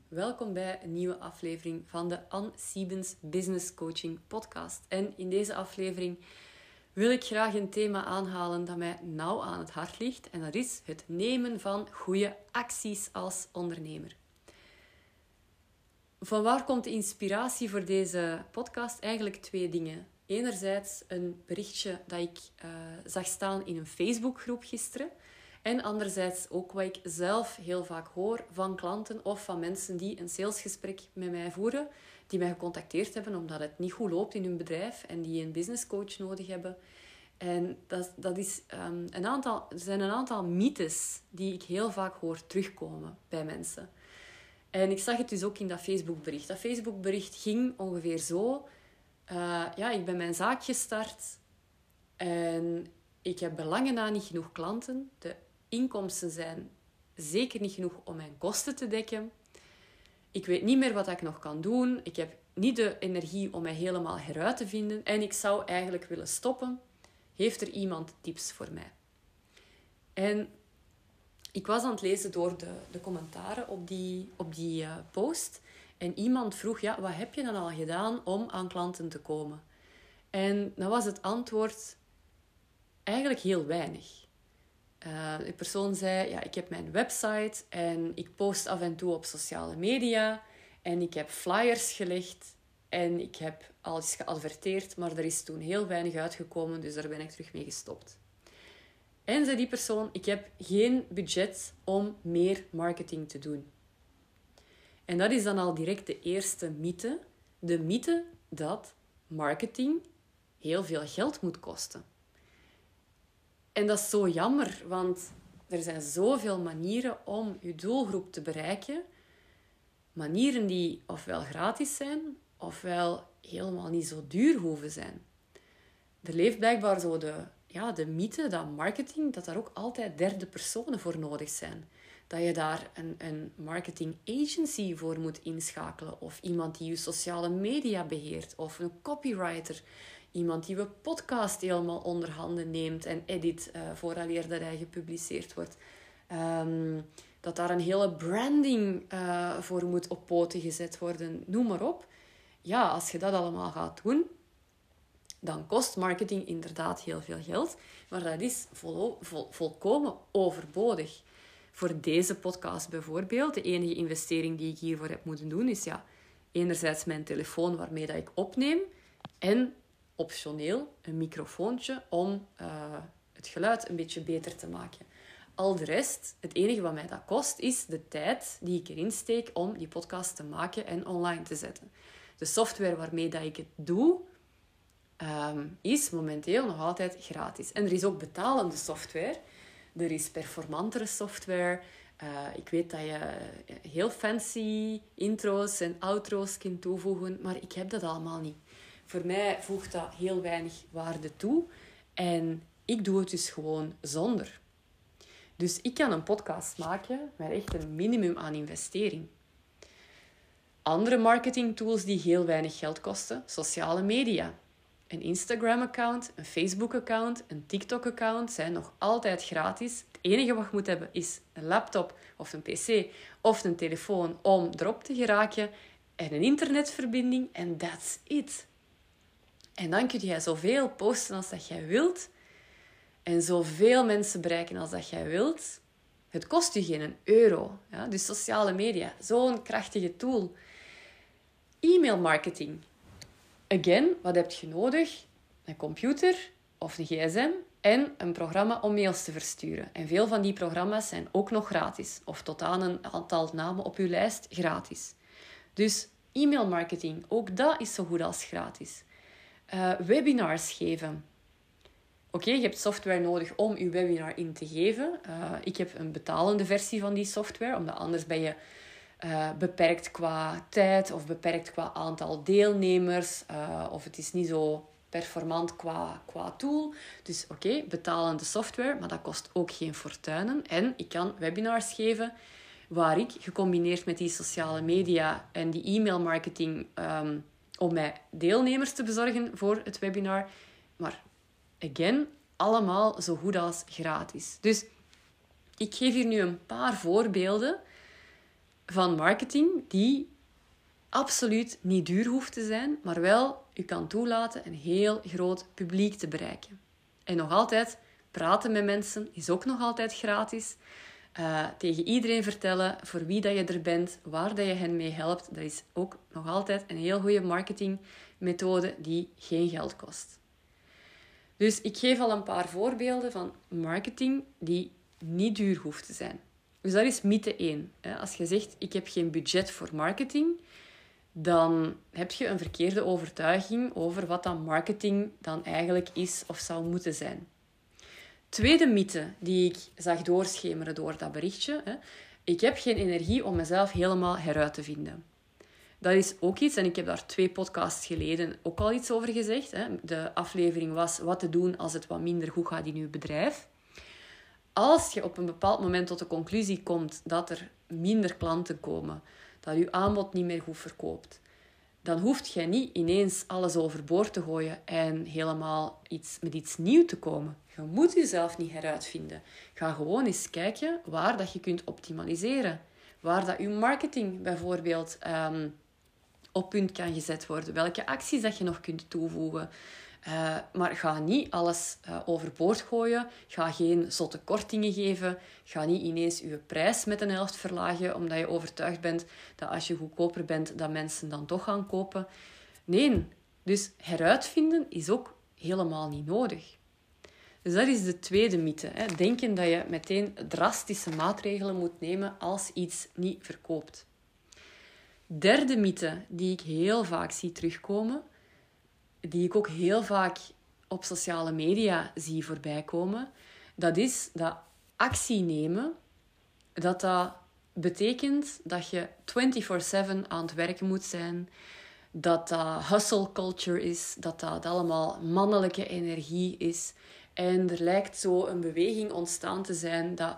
Welkom bij een nieuwe aflevering van de Anne Siebens Business Coaching Podcast. En in deze aflevering wil ik graag een thema aanhalen dat mij nauw aan het hart ligt. En dat is het nemen van goede acties als ondernemer. Van waar komt de inspiratie voor deze podcast? Eigenlijk twee dingen. Enerzijds een berichtje dat ik zag staan in een Facebookgroep gisteren. En anderzijds ook wat ik zelf heel vaak hoor van klanten of van mensen die een salesgesprek met mij voeren, die mij gecontacteerd hebben omdat het niet goed loopt in hun bedrijf en die een businesscoach nodig hebben. En dat is, er zijn een aantal mythes die ik heel vaak hoor terugkomen bij mensen. En ik zag het dus ook in dat Facebookbericht. Dat Facebookbericht ging ongeveer zo. Ik ben mijn zaak gestart en ik heb belangen na niet genoeg klanten. De inkomsten zijn zeker niet genoeg om mijn kosten te dekken. Ik weet niet meer wat ik nog kan doen. Ik heb niet de energie om mij helemaal heruit te vinden. En ik zou eigenlijk willen stoppen. Heeft er iemand tips voor mij? En ik was aan het lezen door de commentaren op die post. En iemand vroeg, wat heb je dan al gedaan om aan klanten te komen? En dan was het antwoord eigenlijk heel weinig. De persoon zei, ik heb mijn website en ik post af en toe op sociale media. En ik heb flyers gelegd en ik heb al eens geadverteerd, maar er is toen heel weinig uitgekomen, dus daar ben ik terug mee gestopt. En zei die persoon, ik heb geen budget om meer marketing te doen. En dat is dan al direct de eerste mythe. De mythe dat marketing heel veel geld moet kosten. En dat is zo jammer, want er zijn zoveel manieren om je doelgroep te bereiken. Manieren die ofwel gratis zijn, ofwel helemaal niet zo duur hoeven zijn. Er leeft blijkbaar zo de mythe dat marketing, dat daar ook altijd derde personen voor nodig zijn. Dat je daar een marketing agency voor moet inschakelen. Of iemand die je sociale media beheert. Of een copywriter. Iemand die je podcast helemaal onder handen neemt en edit vooraleer dat hij gepubliceerd wordt. Dat daar een hele branding voor moet op poten gezet worden. Noem maar op. Ja, als je dat allemaal gaat doen, dan kost marketing inderdaad heel veel geld. Maar dat is volkomen overbodig. Voor deze podcast bijvoorbeeld, de enige investering die ik hiervoor heb moeten doen, is enerzijds mijn telefoon waarmee dat ik opneem en optioneel een microfoontje om het geluid een beetje beter te maken. Al de rest, het enige wat mij dat kost, is de tijd die ik erin steek om die podcast te maken en online te zetten. De software waarmee dat ik het doe, is momenteel nog altijd gratis. En er is ook betalende software. Er is performantere software. Ik weet dat je heel fancy intro's en outro's kunt toevoegen, maar ik heb dat allemaal niet. Voor mij voegt dat heel weinig waarde toe. En ik doe het dus gewoon zonder. Dus ik kan een podcast maken met echt een minimum aan investering. Andere marketingtools die heel weinig geld kosten, sociale media. Een Instagram-account, een Facebook-account, een TikTok-account zijn nog altijd gratis. Het enige wat je moet hebben is een laptop of een pc of een telefoon om erop te geraken en een internetverbinding en that's it. En dan kun jij zoveel posten als dat jij wilt en zoveel mensen bereiken als dat jij wilt. Het kost je geen euro. Ja? Dus sociale media, zo'n krachtige tool. E-mailmarketing. Again, wat heb je nodig? Een computer of een gsm en een programma om mails te versturen. En veel van die programma's zijn ook nog gratis. Of tot aan een aantal namen op je lijst gratis. Dus e-mailmarketing, ook dat is zo goed als gratis. Webinars geven. Oké, je hebt software nodig om je webinar in te geven. Ik heb een betalende versie van die software, omdat anders ben je beperkt qua tijd of beperkt qua aantal deelnemers. Of het is niet zo performant qua tool. Dus oké, betalende software, maar dat kost ook geen fortuinen. En ik kan webinars geven waar ik, gecombineerd met die sociale media en die e-mailmarketing, om mij deelnemers te bezorgen voor het webinar. Maar again, allemaal zo goed als gratis. Dus ik geef hier nu een paar voorbeelden van marketing die absoluut niet duur hoeft te zijn, maar wel u kan toelaten een heel groot publiek te bereiken. En nog altijd, praten met mensen is ook nog altijd gratis. Tegen iedereen vertellen voor wie dat je er bent, waar dat je hen mee helpt, dat is ook nog altijd een heel goede marketingmethode die geen geld kost. Dus ik geef al een paar voorbeelden van marketing die niet duur hoeft te zijn. Dus dat is mythe 1. Als je zegt, ik heb geen budget voor marketing, dan heb je een verkeerde overtuiging over wat dan marketing dan eigenlijk is of zou moeten zijn. Tweede mythe die ik zag doorschemeren door dat berichtje. Ik heb geen energie om mezelf helemaal heruit te vinden. Dat is ook iets, en ik heb daar 2 podcasts geleden ook al iets over gezegd. De aflevering was wat te doen als het wat minder goed gaat in je bedrijf. Als je op een bepaald moment tot de conclusie komt dat er minder klanten komen, dat je aanbod niet meer goed verkoopt, dan hoeft je niet ineens alles overboord te gooien en helemaal met iets nieuws te komen. Je moet jezelf niet heruitvinden. Ga gewoon eens kijken waar dat je kunt optimaliseren. Waar dat je marketing bijvoorbeeld op punt kan gezet worden. Welke acties dat je nog kunt toevoegen. Maar ga niet alles overboord gooien. Ga geen zotte kortingen geven. Ga niet ineens je prijs met een helft verlagen, omdat je overtuigd bent dat als je goedkoper bent, dat mensen dan toch gaan kopen. Nee, dus heruitvinden is ook helemaal niet nodig. Dus dat is de tweede mythe. Denken dat je meteen drastische maatregelen moet nemen als iets niet verkoopt. Derde mythe die ik heel vaak zie terugkomen, die ik ook heel vaak op sociale media zie voorbij komen, dat is dat actie nemen, dat betekent dat je 24/7 aan het werken moet zijn, dat hustle culture is, dat allemaal mannelijke energie is. En er lijkt zo een beweging ontstaan te zijn dat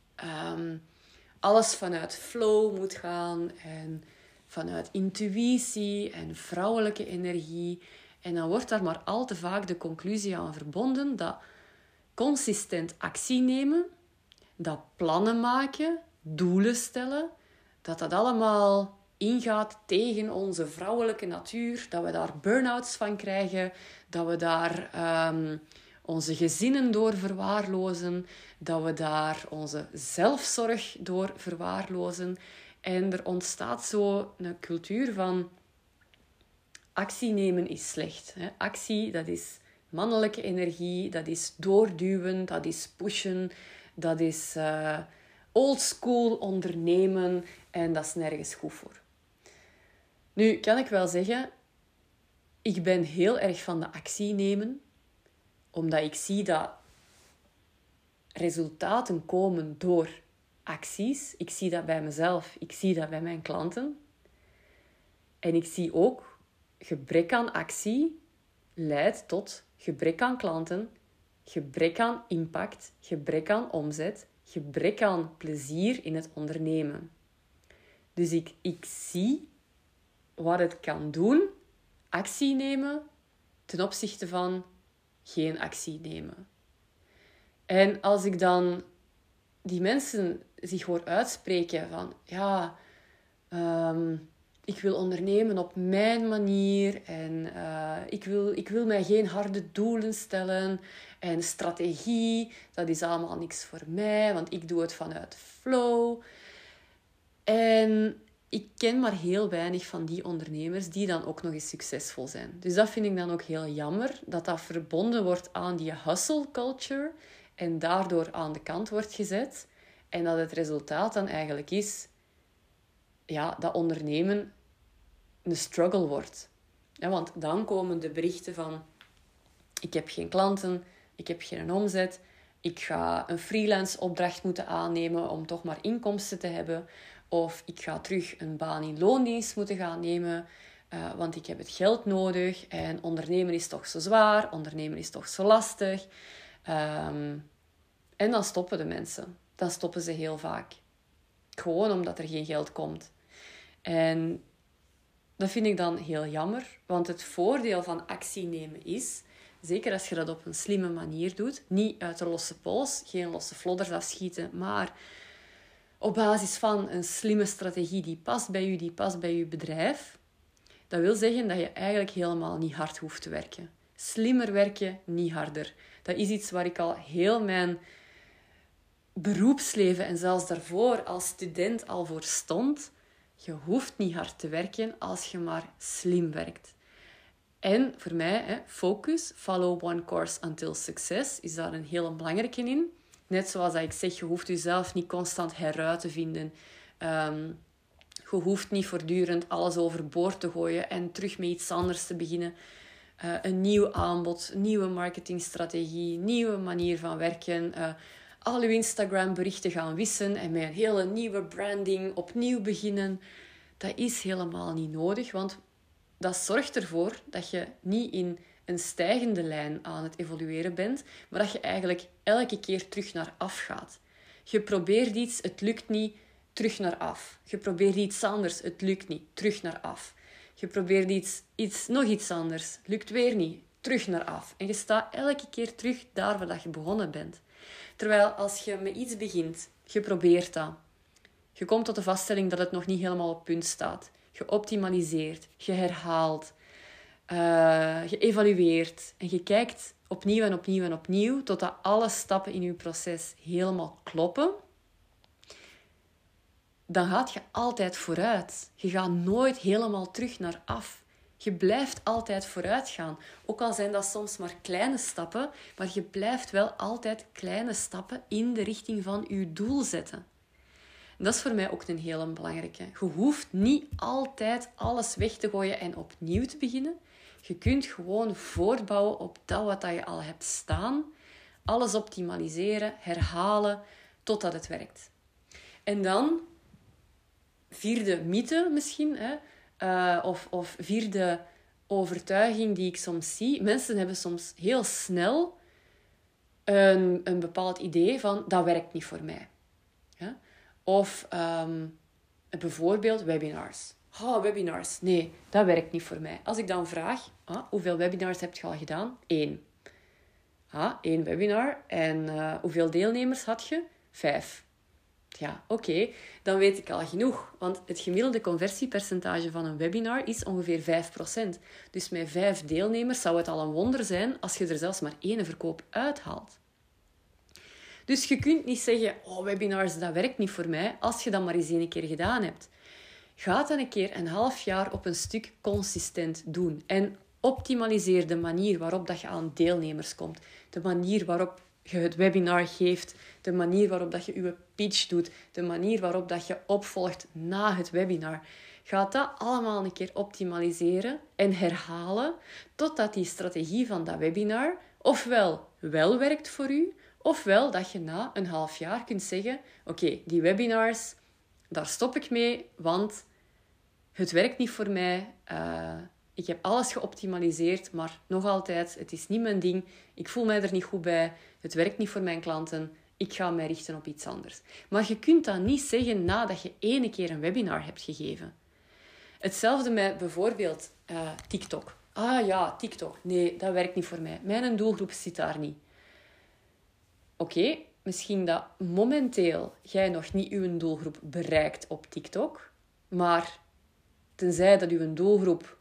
alles vanuit flow moet gaan en vanuit intuïtie en vrouwelijke energie. En dan wordt daar maar al te vaak de conclusie aan verbonden dat consistent actie nemen, dat plannen maken, doelen stellen, dat allemaal ingaat tegen onze vrouwelijke natuur, dat we daar burn-outs van krijgen, dat we daar onze gezinnen door verwaarlozen, dat we daar onze zelfzorg door verwaarlozen. En er ontstaat zo een cultuur van actie nemen is slecht. Actie, dat is mannelijke energie, dat is doorduwen, dat is pushen, dat is oldschool ondernemen en dat is nergens goed voor. Nu kan ik wel zeggen, ik ben heel erg van de actie nemen, omdat ik zie dat resultaten komen door acties. Ik zie dat bij mezelf, ik zie dat bij mijn klanten. En ik zie ook gebrek aan actie leidt tot gebrek aan klanten, gebrek aan impact, gebrek aan omzet, gebrek aan plezier in het ondernemen. Dus ik zie wat het kan doen, actie nemen, ten opzichte van geen actie nemen. En als ik dan die mensen zich hoor uitspreken van ja, ik wil ondernemen op mijn manier en ik wil mij geen harde doelen stellen en strategie, dat is allemaal niks voor mij, want ik doe het vanuit flow. En ik ken maar heel weinig van die ondernemers die dan ook nog eens succesvol zijn. Dus dat vind ik dan ook heel jammer, dat verbonden wordt aan die hustle culture en daardoor aan de kant wordt gezet. En dat het resultaat dan eigenlijk is dat ondernemen een struggle wordt. Ja, want dan komen de berichten van ik heb geen klanten, ik heb geen omzet, ik ga een freelance opdracht moeten aannemen om toch maar inkomsten te hebben. Of ik ga terug een baan in loondienst moeten gaan nemen, want ik heb het geld nodig. En ondernemen is toch zo zwaar, ondernemen is toch zo lastig. En dan stoppen de mensen. Dan stoppen ze heel vaak. Gewoon omdat er geen geld komt. En dat vind ik dan heel jammer. Want het voordeel van actie nemen is, zeker als je dat op een slimme manier doet, niet uit de losse pols, geen losse flodders afschieten, maar op basis van een slimme strategie die past bij u, die past bij uw bedrijf. Dat wil zeggen dat je eigenlijk helemaal niet hard hoeft te werken. Slimmer werken, niet harder. Dat is iets waar ik al heel mijn beroepsleven en zelfs daarvoor als student al voor stond. Je hoeft niet hard te werken als je maar slim werkt. En voor mij, focus, follow one course until success, is daar een hele belangrijke in. Net zoals dat ik zeg, je hoeft jezelf niet constant heruit te vinden. Je hoeft niet voortdurend alles overboord te gooien en terug met iets anders te beginnen. Een nieuw aanbod, nieuwe marketingstrategie, nieuwe manier van werken. Al uw Instagram-berichten gaan wissen en met een hele nieuwe branding opnieuw beginnen. Dat is helemaal niet nodig, want dat zorgt ervoor dat je niet in een stijgende lijn aan het evolueren bent, maar dat je eigenlijk elke keer terug naar af gaat. Je probeert iets, het lukt niet, terug naar af. Je probeert iets anders, het lukt niet, terug naar af. Je probeert nog iets anders, lukt weer niet, terug naar af. En je staat elke keer terug daar waar je begonnen bent. Terwijl als je met iets begint, je probeert dat. Je komt tot de vaststelling dat het nog niet helemaal op punt staat. Je optimaliseert, je herhaalt, je evalueert en je kijkt opnieuw en opnieuw en opnieuw totdat alle stappen in je proces helemaal kloppen. Dan gaat je altijd vooruit. Je gaat nooit helemaal terug naar af. Je blijft altijd vooruit gaan. Ook al zijn dat soms maar kleine stappen, maar je blijft wel altijd kleine stappen in de richting van je doel zetten. En dat is voor mij ook een hele belangrijke. Je hoeft niet altijd alles weg te gooien en opnieuw te beginnen. Je kunt gewoon voortbouwen op dat wat je al hebt staan. Alles optimaliseren, herhalen, totdat het werkt. En dan, vierde mythe misschien, of vierde overtuiging die ik soms zie. Mensen hebben soms heel snel een bepaald idee van, dat werkt niet voor mij. Ja? Of bijvoorbeeld webinars. Webinars. Nee, dat werkt niet voor mij. Als ik dan vraag, hoeveel webinars heb je al gedaan? 1. 1 webinar. En hoeveel deelnemers had je? 5. Ja, oké. Dan weet ik al genoeg. Want het gemiddelde conversiepercentage van een webinar is ongeveer 5%. Dus met 5 deelnemers zou het al een wonder zijn als je er zelfs maar 1 verkoop uithaalt. Dus je kunt niet zeggen, webinars, dat werkt niet voor mij, als je dat maar eens 1 keer gedaan hebt. Ga dan een keer een half jaar op een stuk consistent doen. En optimaliseer de manier waarop dat je aan deelnemers komt. De manier waarop je het webinar geeft. De manier waarop dat je je pitch doet. De manier waarop dat je opvolgt na het webinar. Ga dat allemaal een keer optimaliseren en herhalen totdat die strategie van dat webinar ofwel wel werkt voor u, ofwel dat je na een half jaar kunt zeggen, oké, die webinars, daar stop ik mee, want het werkt niet voor mij. Ik heb alles geoptimaliseerd, maar nog altijd, het is niet mijn ding. Ik voel mij er niet goed bij. Het werkt niet voor mijn klanten. Ik ga mij richten op iets anders. Maar je kunt dat niet zeggen nadat je 1 keer een webinar hebt gegeven. Hetzelfde met bijvoorbeeld TikTok. TikTok. Nee, dat werkt niet voor mij. Mijn doelgroep zit daar niet. Oké, misschien dat momenteel jij nog niet je doelgroep bereikt op TikTok. Maar tenzij dat je doelgroep,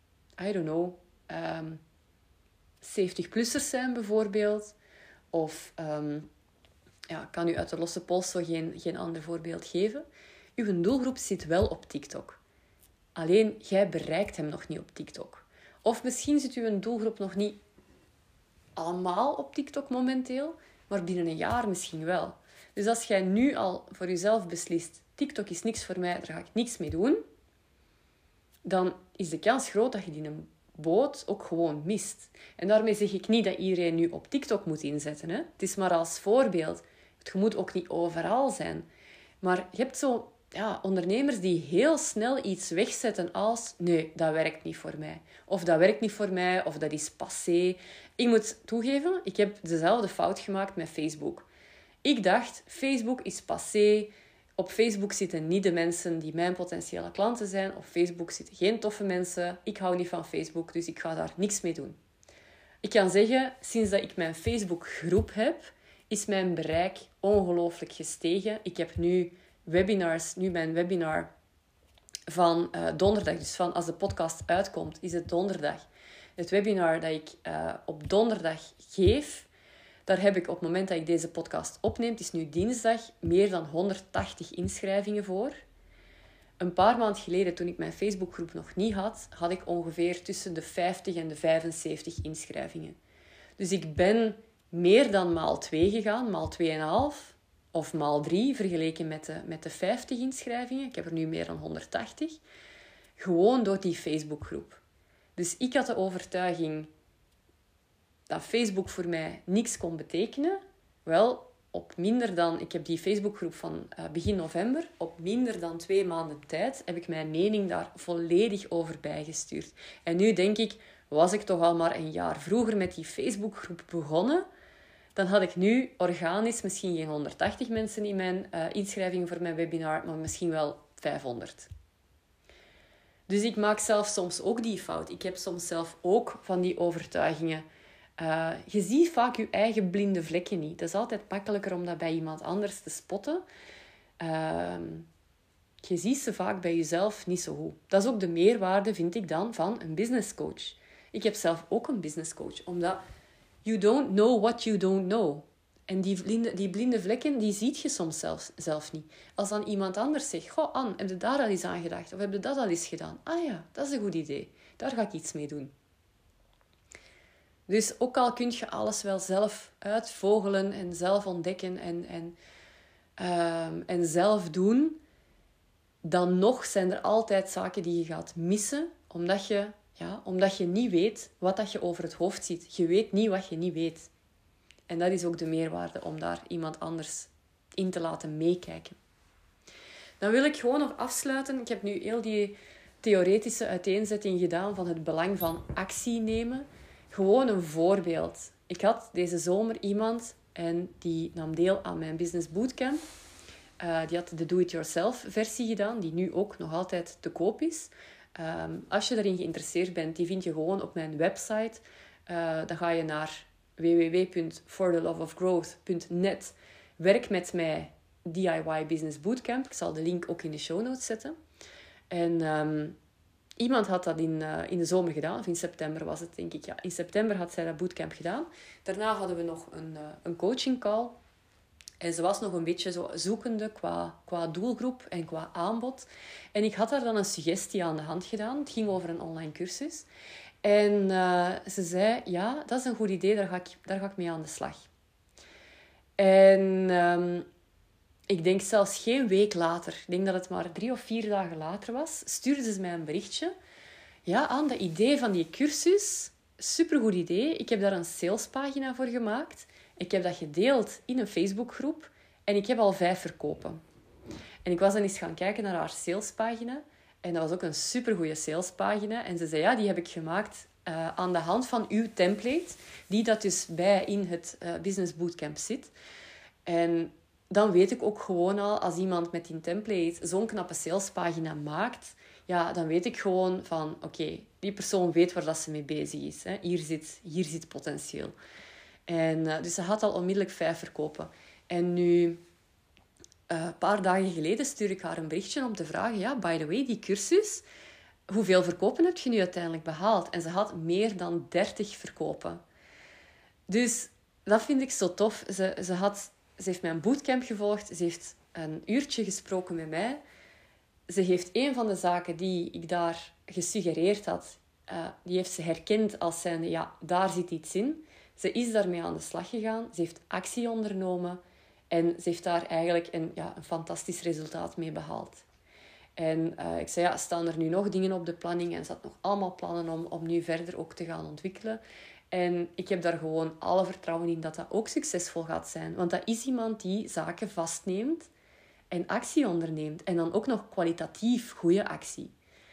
70-plussers zijn bijvoorbeeld. Of, ik kan u uit de losse pols zo geen ander voorbeeld geven. Uw doelgroep zit wel op TikTok. Alleen, jij bereikt hem nog niet op TikTok. Of misschien zit uw doelgroep nog niet allemaal op TikTok momenteel, maar binnen een jaar misschien wel. Dus als jij nu al voor jezelf beslist, TikTok is niks voor mij, daar ga ik niks mee doen, dan is de kans groot dat je die een boot ook gewoon mist. En daarmee zeg ik niet dat iedereen nu op TikTok moet inzetten. Hè? Het is maar als voorbeeld. Je moet ook niet overal zijn. Maar je hebt zo ondernemers die heel snel iets wegzetten als nee, dat werkt niet voor mij. Of dat werkt niet voor mij, of dat is passé. Ik moet toegeven, ik heb dezelfde fout gemaakt met Facebook. Ik dacht, Facebook is passé. Op Facebook zitten niet de mensen die mijn potentiële klanten zijn. Op Facebook zitten geen toffe mensen. Ik hou niet van Facebook, dus ik ga daar niks mee doen. Ik kan zeggen, sinds dat ik mijn Facebook-groep heb, is mijn bereik ongelooflijk gestegen. Ik heb nu webinars, nu mijn webinar van donderdag, dus van als de podcast uitkomt, is het donderdag. Het webinar dat ik op donderdag geef, daar heb ik op het moment dat ik deze podcast opneem, het is nu dinsdag, meer dan 180 inschrijvingen voor. Een paar maanden geleden, toen ik mijn Facebookgroep nog niet had, had ik ongeveer tussen de 50 en de 75 inschrijvingen. Dus ik ben meer dan maal 2 gegaan, maal 2,5 of maal 3 vergeleken met de 50 inschrijvingen. Ik heb er nu meer dan 180. Gewoon door die Facebookgroep. Dus ik had de overtuiging dat Facebook voor mij niks kon betekenen. Wel, op minder dan... Ik heb die Facebookgroep van begin november. Op minder dan 2 maanden tijd heb ik mijn mening daar volledig over bijgestuurd. En nu denk ik, was ik toch al maar een jaar vroeger met die Facebookgroep begonnen, dan had ik nu organisch misschien geen 180 mensen in mijn inschrijvingen voor mijn webinar, maar misschien wel 500. Dus ik maak zelf soms ook die fout. Ik heb soms zelf ook van die overtuigingen. Je ziet vaak je eigen blinde vlekken niet. Het is altijd makkelijker om dat bij iemand anders te spotten. Je ziet ze vaak bij jezelf niet zo goed. Dat is ook de meerwaarde, vind ik dan, van een business coach. Ik heb zelf ook een business coach, omdat you don't know what you don't know. En die blinde vlekken, die ziet je soms zelf niet. Als dan iemand anders zegt, goh Anne, heb je daar al eens aan gedacht? Of heb je dat al eens gedaan? Ah ja, dat is een goed idee. Daar ga ik iets mee doen. Dus ook al kun je alles wel zelf uitvogelen en zelf ontdekken en zelf doen, dan nog zijn er altijd zaken die je gaat missen, omdat je niet weet wat dat je over het hoofd ziet. Je weet niet wat je niet weet. En dat is ook de meerwaarde om daar iemand anders in te laten meekijken. Dan wil ik gewoon nog afsluiten. Ik heb nu heel die theoretische uiteenzetting gedaan van het belang van actie nemen. Gewoon een voorbeeld. Ik had deze zomer iemand en die nam deel aan mijn business bootcamp. Die had de do-it-yourself versie gedaan, die nu ook nog altijd te koop is. Als je daarin geïnteresseerd bent, die vind je gewoon op mijn website. Dan ga je naar www.fortheloveofgrowth.net. Werk met mij DIY Business Bootcamp. Ik zal de link ook in de show notes zetten. En iemand had dat in de zomer gedaan, of in september was het, denk ik. Ja, in september had zij dat bootcamp gedaan. Daarna hadden we nog een coaching call. En ze was nog een beetje zo zoekende qua doelgroep en qua aanbod. En ik had haar dan een suggestie aan de hand gedaan. Het ging over een online cursus. En ze zei, ja, dat is een goed idee, daar ga ik mee aan de slag. En ik denk zelfs geen week later, ik denk dat het maar 3 of 4 dagen later was, stuurde ze mij een berichtje. Ja, aan dat idee van die cursus, supergoed idee. Ik heb daar een salespagina voor gemaakt. Ik heb dat gedeeld in een Facebookgroep en ik heb al 5 verkopen. En ik was dan eens gaan kijken naar haar salespagina. En dat was ook een supergoeie salespagina. En ze zei, ja, die heb ik gemaakt aan de hand van uw template, die dat dus bij in het Business Bootcamp zit. En dan weet ik ook gewoon al, als iemand met die template zo'n knappe salespagina maakt, ja, dan weet ik gewoon van, oké, die persoon weet waar dat ze mee bezig is. Hè. Hier zit potentieel. En dus ze had al onmiddellijk 5 verkopen. En nu, een paar dagen geleden, stuur ik haar een berichtje om te vragen, ja, by the way, die cursus, hoeveel verkopen heb je nu uiteindelijk behaald? En ze had meer dan 30 verkopen. Dus dat vind ik zo tof. Ze heeft mijn bootcamp gevolgd. Ze heeft een uurtje gesproken met mij. Ze heeft een van de zaken die ik daar gesuggereerd had, die heeft ze herkend als zijnde, ja, daar zit iets in. Ze is daarmee aan de slag gegaan. Ze heeft actie ondernomen. En ze heeft daar eigenlijk een fantastisch resultaat mee behaald. En ik zei, ja, staan er nu nog dingen op de planning? En ze had nog allemaal plannen om nu verder ook te gaan ontwikkelen. En ik heb daar gewoon alle vertrouwen in dat dat ook succesvol gaat zijn. Want dat is iemand die zaken vastneemt en actie onderneemt. En dan ook nog kwalitatief goede actie.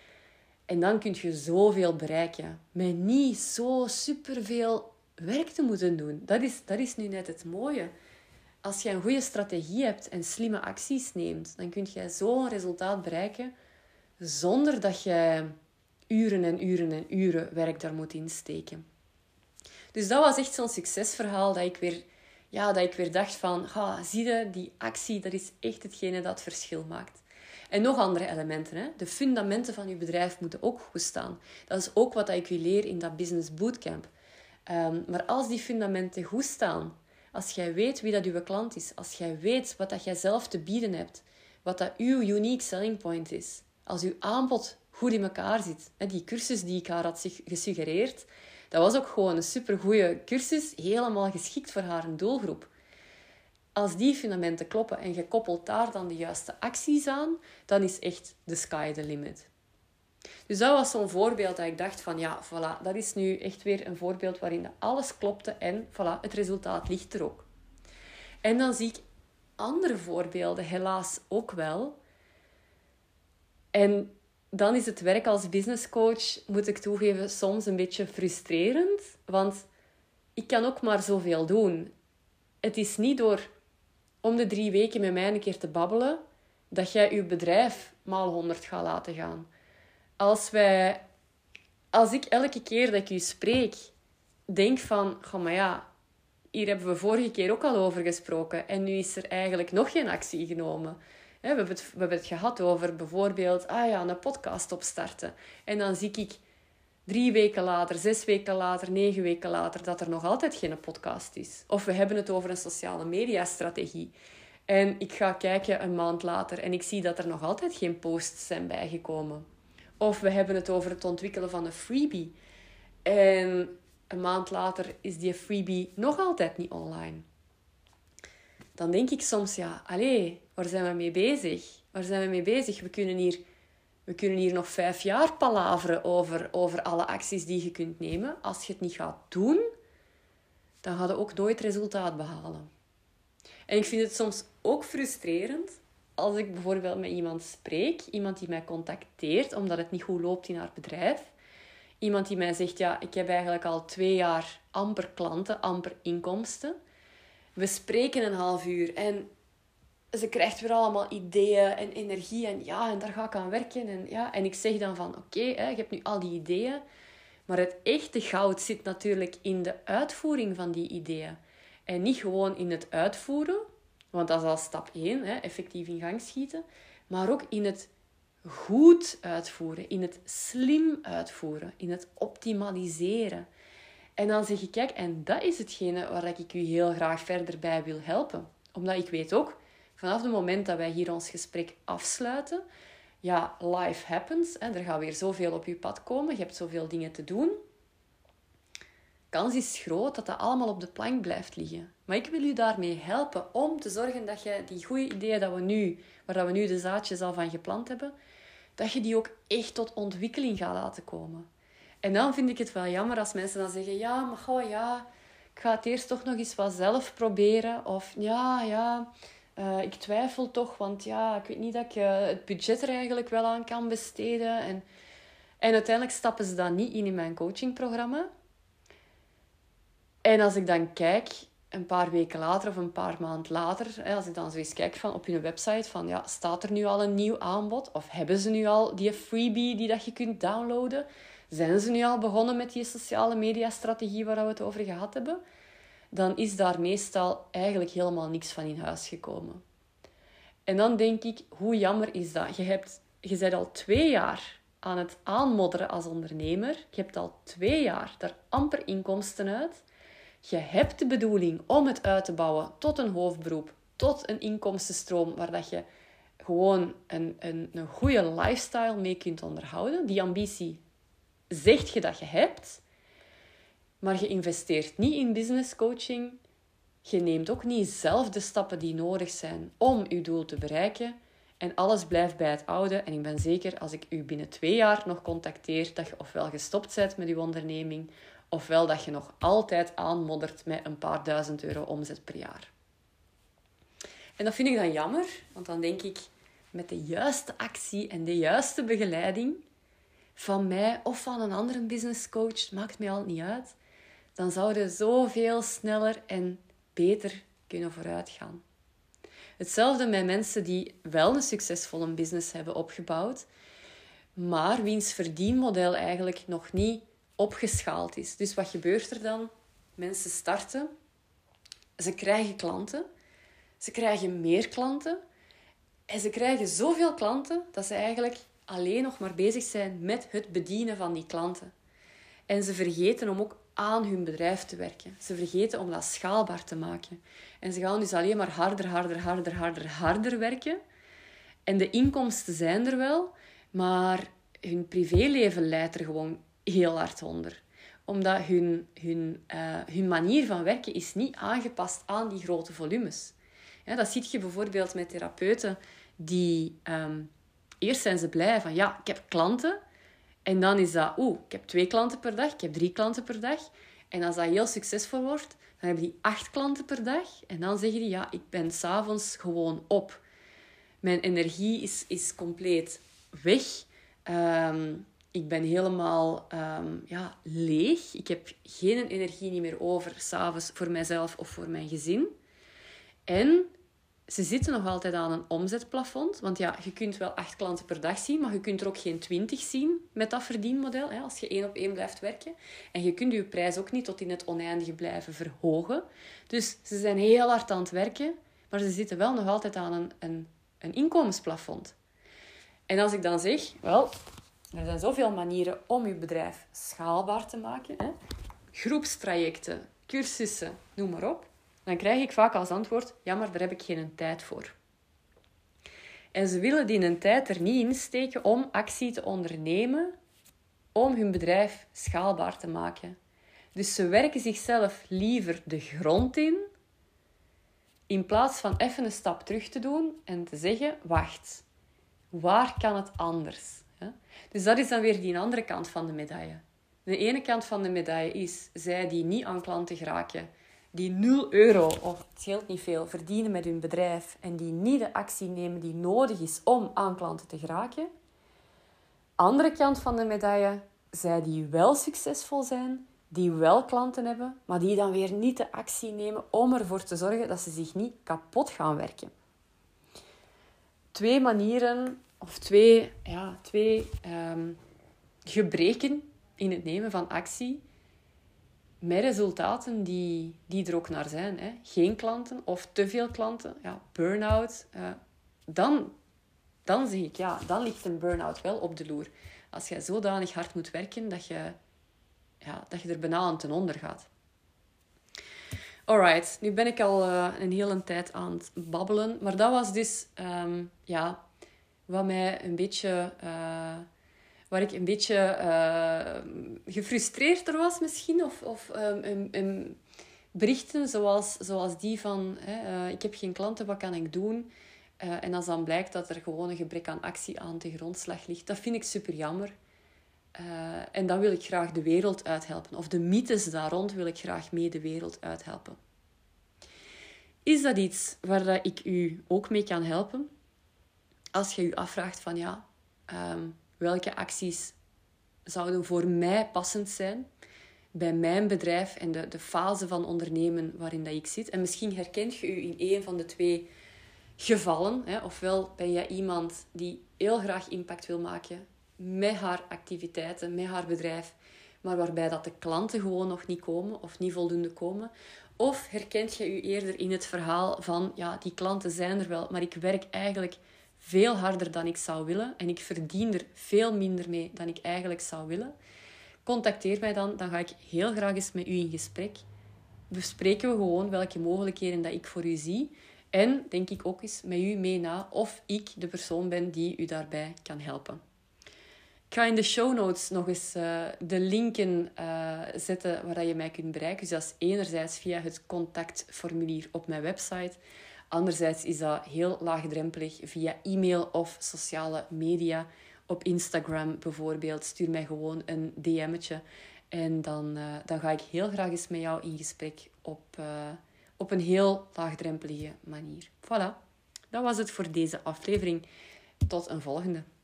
En dan kun je zoveel bereiken. Met niet zo superveel werk te moeten doen. Dat is nu net het mooie. Als je een goede strategie hebt en slimme acties neemt, dan kun je zo'n resultaat bereiken zonder dat je uren en uren en uren werk daar moet insteken. Dus dat was echt zo'n succesverhaal dat ik weer dat ik weer dacht van, zie je, die actie, dat is echt hetgene dat verschil maakt. En nog andere elementen. Hè? De fundamenten van je bedrijf moeten ook goed staan. Dat is ook wat ik wil leren in dat Business Bootcamp. Maar als die fundamenten goed staan, als jij weet wie dat uw klant is, als jij weet wat dat jij zelf te bieden hebt, wat dat uw unique selling point is, als uw aanbod goed in elkaar zit. Die cursus die ik haar had gesuggereerd, dat was ook gewoon een supergoeie cursus, helemaal geschikt voor haar doelgroep. Als die fundamenten kloppen en je koppelt daar dan de juiste acties aan, dan is echt the sky the limit. Dus dat was zo'n voorbeeld dat ik dacht van, voilà, dat is nu echt weer een voorbeeld waarin alles klopte en voilà, het resultaat ligt er ook. En dan zie ik andere voorbeelden helaas ook wel. En dan is het werk als businesscoach, moet ik toegeven, soms een beetje frustrerend. Want ik kan ook maar zoveel doen. Het is niet door om de 3 weken met mij een keer te babbelen, dat jij je bedrijf maal 100 gaat laten gaan. Als ik elke keer dat ik u spreek, denk van, hier hebben we vorige keer ook al over gesproken en nu is er eigenlijk nog geen actie genomen. We hebben het gehad over bijvoorbeeld een podcast opstarten. En dan zie ik 3 weken later, 6 weken later, 9 weken later dat er nog altijd geen podcast is. Of we hebben het over een sociale media strategie. En ik ga kijken een maand later en ik zie dat er nog altijd geen posts zijn bijgekomen. Of we hebben het over het ontwikkelen van een freebie. En een maand later is die freebie nog altijd niet online. Dan denk ik soms, waar zijn we mee bezig? Waar zijn we mee bezig? We kunnen hier nog 5 jaar palaveren over alle acties die je kunt nemen. Als je het niet gaat doen, dan ga je ook nooit resultaat behalen. En ik vind het soms ook frustrerend als ik bijvoorbeeld met iemand spreek. Iemand die mij contacteert omdat het niet goed loopt in haar bedrijf. Iemand die mij zegt, ik heb eigenlijk al 2 jaar amper klanten, amper inkomsten. We spreken een half uur en ze krijgt weer allemaal ideeën en energie. En daar ga ik aan werken. En ik zeg dan van, oké, je hebt nu al die ideeën. Maar het echte goud zit natuurlijk in de uitvoering van die ideeën. En niet gewoon in het uitvoeren, want dat is al stap 1, effectief in gang schieten. Maar ook in het goed uitvoeren, in het slim uitvoeren, in het optimaliseren. En dan zeg ik, kijk, en dat is hetgene waar ik u heel graag verder bij wil helpen. Omdat ik weet ook, vanaf het moment dat wij hier ons gesprek afsluiten, life happens. Er gaat weer zoveel op je pad komen, je hebt zoveel dingen te doen. Kans is groot dat dat allemaal op de plank blijft liggen. Maar ik wil u daarmee helpen om te zorgen dat je die goede ideeën waar we nu de zaadjes al van geplant hebben, dat je die ook echt tot ontwikkeling gaat laten komen. En dan vind ik het wel jammer als mensen dan zeggen, ik ga het eerst toch nog eens wat zelf proberen. Of ik twijfel toch, want ik weet niet dat ik het budget er eigenlijk wel aan kan besteden. En uiteindelijk stappen ze dan niet in mijn coachingprogramma. En als ik dan kijk, een paar weken later of een paar maanden later, als ik dan zo eens kijk van op hun website, van staat er nu al een nieuw aanbod? Of hebben ze nu al die freebie die dat je kunt downloaden? Zijn ze nu al begonnen met die sociale media strategie waar we het over gehad hebben? Dan is daar meestal eigenlijk helemaal niks van in huis gekomen. En dan denk ik, hoe jammer is dat? Je bent al 2 jaar aan het aanmodderen als ondernemer. Je hebt al 2 jaar daar amper inkomsten uit. Je hebt de bedoeling om het uit te bouwen tot een hoofdberoep, tot een inkomstenstroom waar dat je gewoon een goede lifestyle mee kunt onderhouden. Die ambitie zegt je dat je hebt, maar je investeert niet in business coaching. Je neemt ook niet zelf de stappen die nodig zijn om je doel te bereiken. En alles blijft bij het oude. En ik ben zeker, als ik u binnen 2 jaar nog contacteer, dat je ofwel gestopt bent met je onderneming, ofwel dat je nog altijd aanmoddert met een paar €1000 omzet per jaar. En dat vind ik dan jammer, want dan denk ik, met de juiste actie en de juiste begeleiding van mij of van een andere businesscoach, maakt mij al niet uit, dan zou je zoveel sneller en beter kunnen vooruitgaan. Hetzelfde met mensen die wel een succesvolle business hebben opgebouwd, maar wiens verdienmodel eigenlijk nog niet opgeschaald is. Dus wat gebeurt er dan? Mensen starten ze krijgen klanten. Ze krijgen meer klanten. En ze krijgen zoveel klanten dat ze eigenlijk alleen nog maar bezig zijn met het bedienen van die klanten. En ze vergeten om ook aan hun bedrijf te werken. Ze vergeten om dat schaalbaar te maken. En ze gaan dus alleen maar harder werken. En de inkomsten zijn er wel, maar hun privéleven leidt er gewoon heel hard onder. Omdat hun manier van werken is niet aangepast aan die grote volumes. Ja, dat zie je bijvoorbeeld met therapeuten die... eerst zijn ze blij van, ja, ik heb klanten. En dan is dat, ik heb 2 klanten per dag, ik heb 3 klanten per dag. En als dat heel succesvol wordt, dan hebben die 8 klanten per dag. En dan zeggen die, ja, ik ben 's avonds gewoon op. Mijn energie is compleet weg. Ik ben helemaal leeg. Ik heb geen energie niet meer over 's avonds voor mijzelf of voor mijn gezin. En ze zitten nog altijd aan een omzetplafond. Want ja, je kunt wel 8 klanten per dag zien, maar je kunt er ook geen 20 zien met dat verdienmodel, hè, als je 1 op 1 blijft werken. En je kunt je prijs ook niet tot in het oneindige blijven verhogen. Dus ze zijn heel hard aan het werken, maar ze zitten wel nog altijd aan een inkomensplafond. En als ik dan zeg, wel, er zijn zoveel manieren om je bedrijf schaalbaar te maken. Hè? Groepstrajecten, cursussen, noem maar op. Dan krijg ik vaak als antwoord, ja, maar daar heb ik geen tijd voor. En ze willen die tijd er niet in steken om actie te ondernemen om hun bedrijf schaalbaar te maken. Dus ze werken zichzelf liever de grond in plaats van even een stap terug te doen en te zeggen, wacht, waar kan het anders? Dus dat is dan weer die andere kant van de medaille. De ene kant van de medaille is, zij die niet aan klanten geraken, die 0 euro, of het scheelt niet veel, verdienen met hun bedrijf en die niet de actie nemen die nodig is om aan klanten te geraken. Andere kant van de medaille, zij die wel succesvol zijn, die wel klanten hebben, maar die dan weer niet de actie nemen om ervoor te zorgen dat ze zich niet kapot gaan werken. 2 manieren, of twee gebreken in het nemen van actie, met resultaten die er ook naar zijn. Hè. Geen klanten of te veel klanten, burn-out. Dan zeg ik, dan ligt een burn-out wel op de loer. Als jij zodanig hard moet werken dat je er bijna aan ten onder gaat. Alright, nu ben ik al een hele tijd aan het babbelen. Maar dat was dus wat mij een beetje... waar ik een beetje gefrustreerd door was misschien. Of berichten zoals die van... ik heb geen klanten, wat kan ik doen? En als dan blijkt dat er gewoon een gebrek aan actie aan de grondslag ligt. Dat vind ik super jammer. En dan wil ik graag de wereld uithelpen. Of de mythes daar rond wil ik graag mee de wereld uithelpen. Is dat iets waar dat ik u ook mee kan helpen? Als je je afvraagt van welke acties zouden voor mij passend zijn bij mijn bedrijf en de fase van ondernemen waarin dat ik zit. En misschien herkent je u in een van de 2 gevallen. Hè? Ofwel ben jij iemand die heel graag impact wil maken met haar activiteiten, met haar bedrijf, maar waarbij dat de klanten gewoon nog niet komen of niet voldoende komen. Of herkent je u eerder in het verhaal van, die klanten zijn er wel, maar ik werk eigenlijk veel harder dan ik zou willen en ik verdien er veel minder mee dan ik eigenlijk zou willen. Contacteer mij dan ga ik heel graag eens met u in gesprek. Bespreken we gewoon welke mogelijkheden dat ik voor u zie. En denk ik ook eens met u mee na of ik de persoon ben die u daarbij kan helpen. Ik ga in de show notes nog eens de linken zetten waar je mij kunt bereiken. Dus dat is enerzijds via het contactformulier op mijn website. Anderzijds is dat heel laagdrempelig via e-mail of sociale media. Op Instagram bijvoorbeeld. Stuur mij gewoon een DM'tje. En dan ga ik heel graag eens met jou in gesprek op een heel laagdrempelige manier. Voilà, dat was het voor deze aflevering. Tot een volgende.